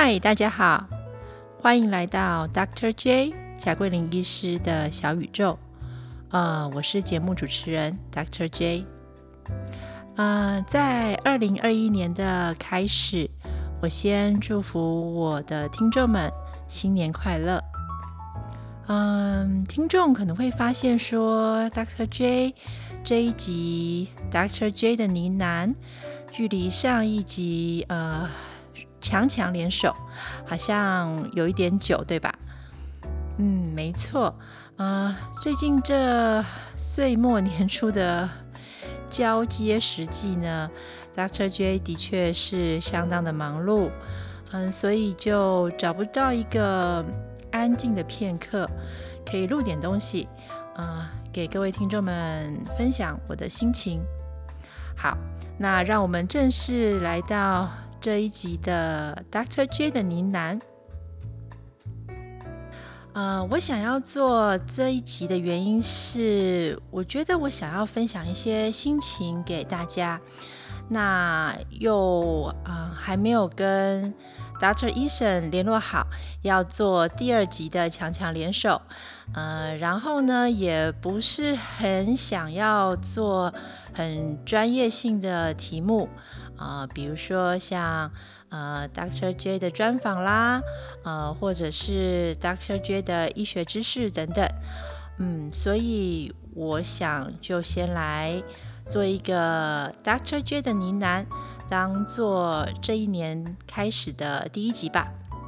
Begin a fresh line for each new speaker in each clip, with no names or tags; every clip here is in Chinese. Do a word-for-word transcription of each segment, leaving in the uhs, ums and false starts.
嗨，大家好，欢迎来到 doctor J 贾桂林医师的小宇宙。呃，我是节目主持人 doctor J。呃，在二零二一年的开始，我先祝福我的听众们新年快乐。嗯，听众可能会发现说 doctor J 这一集 doctor J 的呢喃，距离上一集呃强强联手好像有一点久，对吧？嗯，没错。呃，最近这岁末年初的交接时季呢 doctor J 的确是相当的忙碌，嗯，所以就找不到一个安静的片刻可以录点东西，呃，给各位听众们分享我的心情。好，那让我们正式来到这一集的 doctor J 的呢喃。呃，我想要做这一集的原因是，我觉得我想要分享一些心情给大家，那又、呃、还没有跟 doctor Eason 联络好，要做第二集的强强联手，呃，然后呢，也不是很想要做很专业性的题目，呃，比如说像呃 doctor J 的专访啦，呃，或者是 doctor J 的医学知识等等，嗯，所以我想就先来做一个 doctor J 的呢喃，当做这一年开始的第一集吧。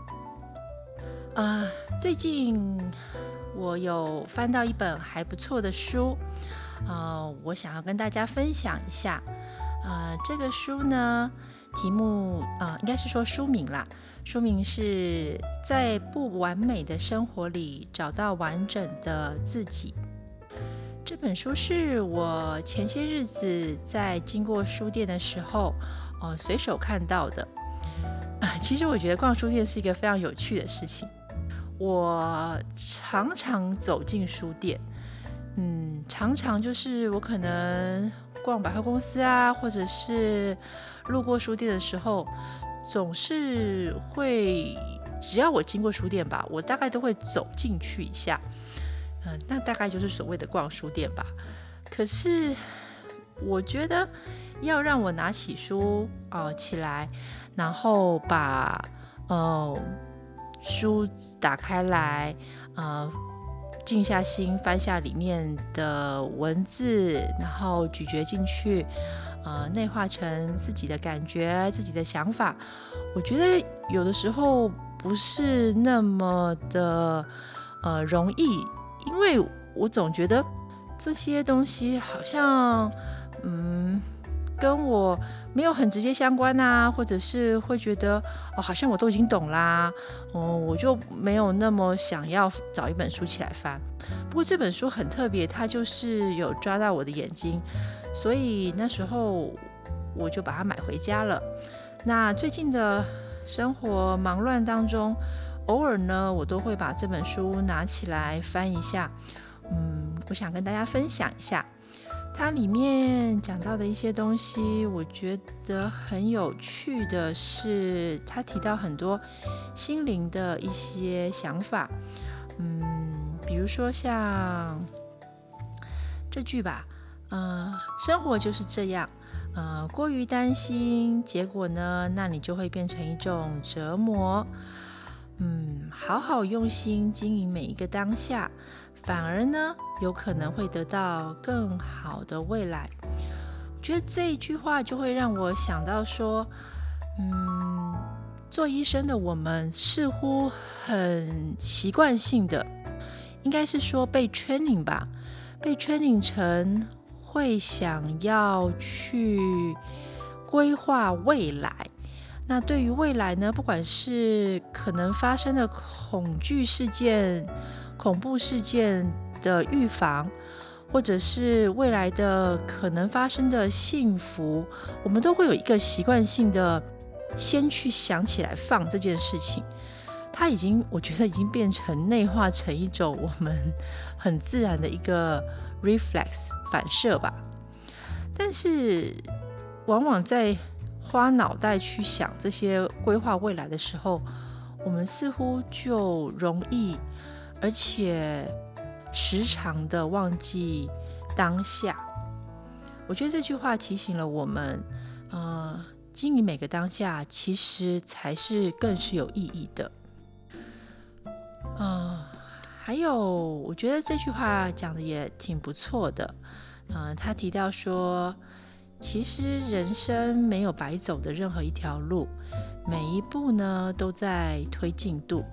呃，最近我有翻到一本还不错的书，呃，我想要跟大家分享一下。呃，这个书呢，题目呃，应该是说书名啦，书名是在不完美的生活里找到完整的自己。这本书是我前些日子在经过书店的时候，呃，随手看到的。呃，其实我觉得逛书店是一个非常有趣的事情。我常常走进书店，嗯，常常就是我可能逛百货公司啊，或者是路过书店的时候，总是会，只要我经过书店吧，我大概都会走进去一下，嗯、呃，那大概就是所谓的逛书店吧。可是我觉得要让我拿起书呃起来，然后把呃书打开来，呃。静下心翻下里面的文字，然后咀嚼进去，呃，内化成自己的感觉、自己的想法。我觉得有的时候不是那么的呃容易，因为我总觉得这些东西好像嗯跟我没有很直接相关啊，或者是会觉得哦，好像我都已经懂啦，哦，我就没有那么想要找一本书起来翻。不过这本书很特别，它就是有抓到我的眼睛，所以那时候我就把它买回家了。那最近的生活忙乱当中，偶尔呢，我都会把这本书拿起来翻一下，嗯，我想跟大家分享一下。它里面讲到的一些东西，我觉得很有趣的是，它提到很多心灵的一些想法，嗯，比如说像这句吧，呃，生活就是这样，呃，过于担心，结果呢，那你就会变成一种折磨。嗯，好好用心经营每一个当下，反而呢，有可能会得到更好的未来。我觉得这一句话就会让我想到说，嗯，做医生的我们似乎很习惯性的，应该是说被 training 吧，被 training 成会想要去规划未来。那对于未来呢，不管是可能发生的恐惧事件、恐怖事件的预防，或者是未来的可能发生的幸福，我们都会有一个习惯性的先去想起来放这件事情。它已经，我觉得已经变成内化成一种我们很自然的一个 reflex 反射吧。但是往往在花脑袋去想这些规划未来的时候，我们似乎就容易而且时常的忘记当下。我觉得这句话提醒了我们，呃，经营每个当下其实才是更是有意义的。呃，还有我觉得这句话讲的也挺不错的。呃，他提到说，其实人生没有白走的任何一条路，每一步呢都在推进度。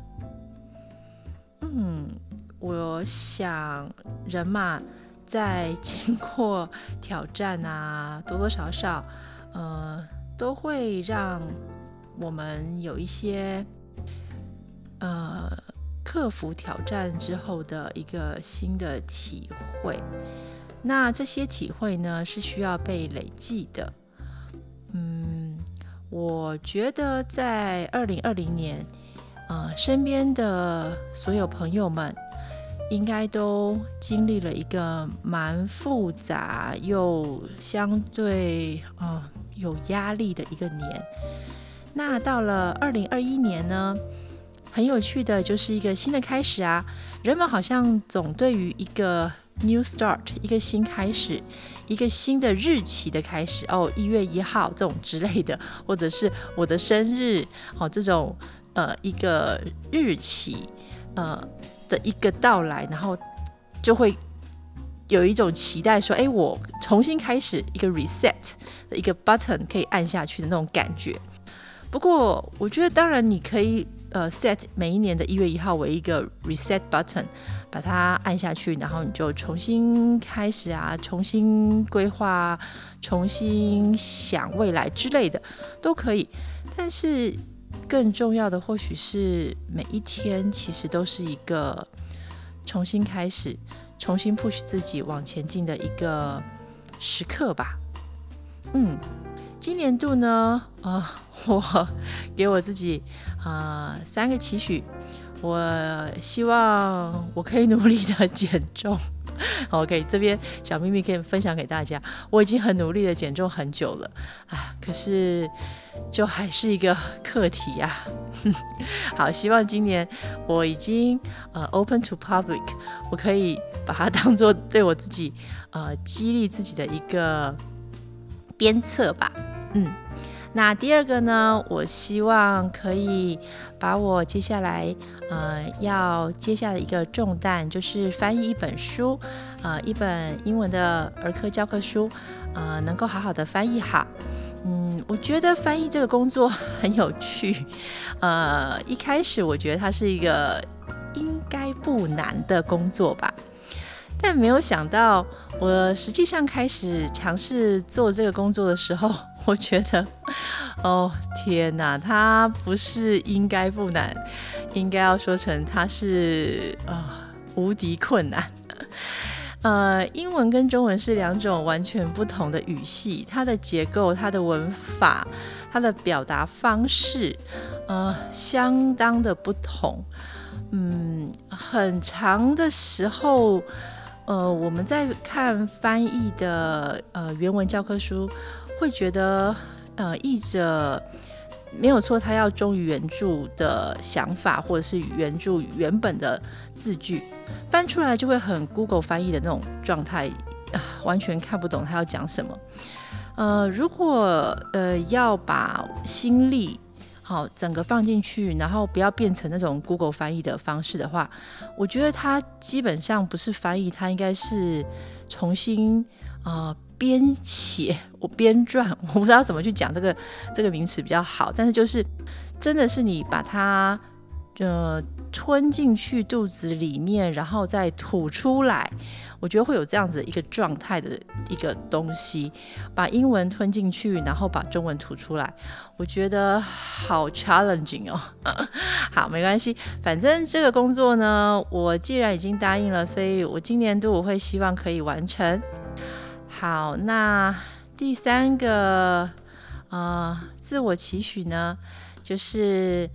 嗯，我想人嘛，在经过挑战啊，多多少少，呃，都会让我们有一些呃克服挑战之后的一个新的体会。那这些体会呢，是需要被累积的。嗯，我觉得在二零二零年，呃，身边的所有朋友们，应该都经历了一个蛮复杂又相对呃有压力的一个年。那到了二零二一年呢，很有趣的就是一个新的开始啊。人们好像总对于一个 new start， 一个新开始，一个新的日期的开始，哦，一月一号这种之类的，或者是我的生日，哦，这种呃一个日期呃的一个到来，然后就会有一种期待说，哎，我重新开始，一个 reset 的一个 button 可以按下去的那种感觉。不过我觉得当然你可以呃 set 每一年的一月一号为一个 reset button， 把它按下去，然后你就重新开始啊，重新规划，重新想未来之类的都可以。但是更重要的或许是每一天其实都是一个重新开始，重新 push 自己往前进的一个时刻吧。嗯，今年度呢，呃，我给我自己呃三个期许。我希望我可以努力的减重。OK， 这边小秘密可以分享给大家，我已经很努力的减重很久了啊，可是就还是一个课题啊。好，希望今年我已经呃 open to public， 我可以把它当作对我自己呃激励自己的一个鞭策吧。嗯，那第二个呢，我希望可以把我接下来呃要接下的一个重担，就是翻译一本书，呃一本英文的儿科教科书，呃能够好好的翻译好。嗯，我觉得翻译这个工作很有趣。呃，一开始我觉得它是一个应该不难的工作吧，但没有想到我实际上开始尝试做这个工作的时候，我觉得哦天哪，它不是应该不难，应该要说成它是呃无敌困难。呃，英文跟中文是两种完全不同的语系，它的结构、它的文法、它的表达方式，呃，相当的不同。嗯，很长的时候，呃，我们在看翻译的呃原文教科书，会觉得呃译者没有错，他要忠于原著的想法，或者是原著原本的字句，翻出来就会很 Google 翻译的那种状态，啊，完全看不懂他要讲什么。呃，如果呃要把心力好整个放进去，然后不要变成那种 Google 翻译的方式的话，我觉得它基本上不是翻译，它应该是重新呃编写，我编撰，我不知道怎么去讲这个这个名词比较好，但是就是真的是你把它呃吞进去肚子里面，然后再吐出来，我觉得会有这样子一个状态的一个东西，把英文吞进去，然后把中文吐出来，我觉得好 challenging 哦。好，没关系，反正这个工作呢，我既然已经答应了，所以我今年度我会希望可以完成。好，那第三个呃自我期许呢，就是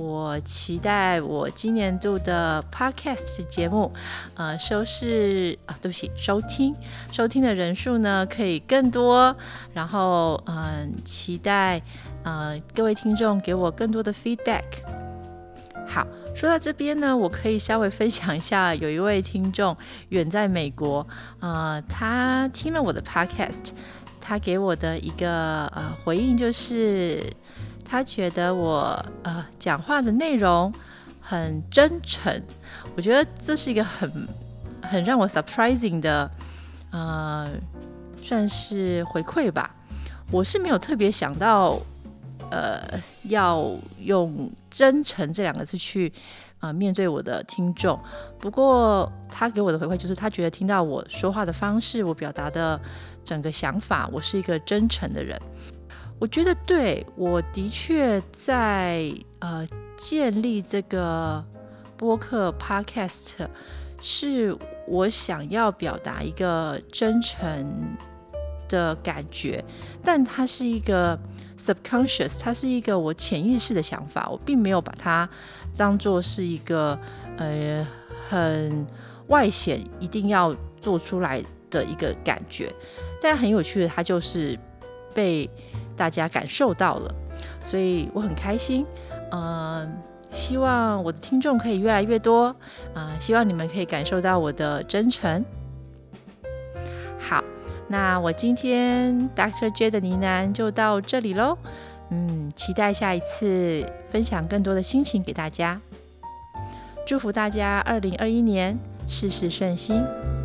我期待我今年度的 podcast 节目，呃，收视啊，对不起，收听收听的人数呢可以更多，然后嗯、呃，期待呃各位听众给我更多的 feedback。好，说到这边呢，我可以稍微分享一下，有一位听众远在美国，呃，他听了我的 podcast， 他给我的一个呃回应就是。他觉得我呃讲话的内容很真诚，我觉得这是一个很很让我 surprising 的呃算是回馈吧。我是没有特别想到呃要用真诚这两个字去呃面对我的听众，不过他给我的回馈就是他觉得听到我说话的方式，我表达的整个想法，我是一个真诚的人。我觉得对，我的确在呃建立这个播客 podcast， 是我想要表达一个真诚的感觉，但它是一个 subconscious， 它是一个我潜意识的想法，我并没有把它当作是一个呃很外显一定要做出来的一个感觉，但很有趣的，它就是被大家感受到了，所以我很开心。呃，希望我的听众可以越来越多，呃，希望你们可以感受到我的真诚。好，那我今天 Doctor J 的呢喃就到这里咯。嗯，期待下一次分享更多的心情给大家。祝福大家二零二一年事事顺心。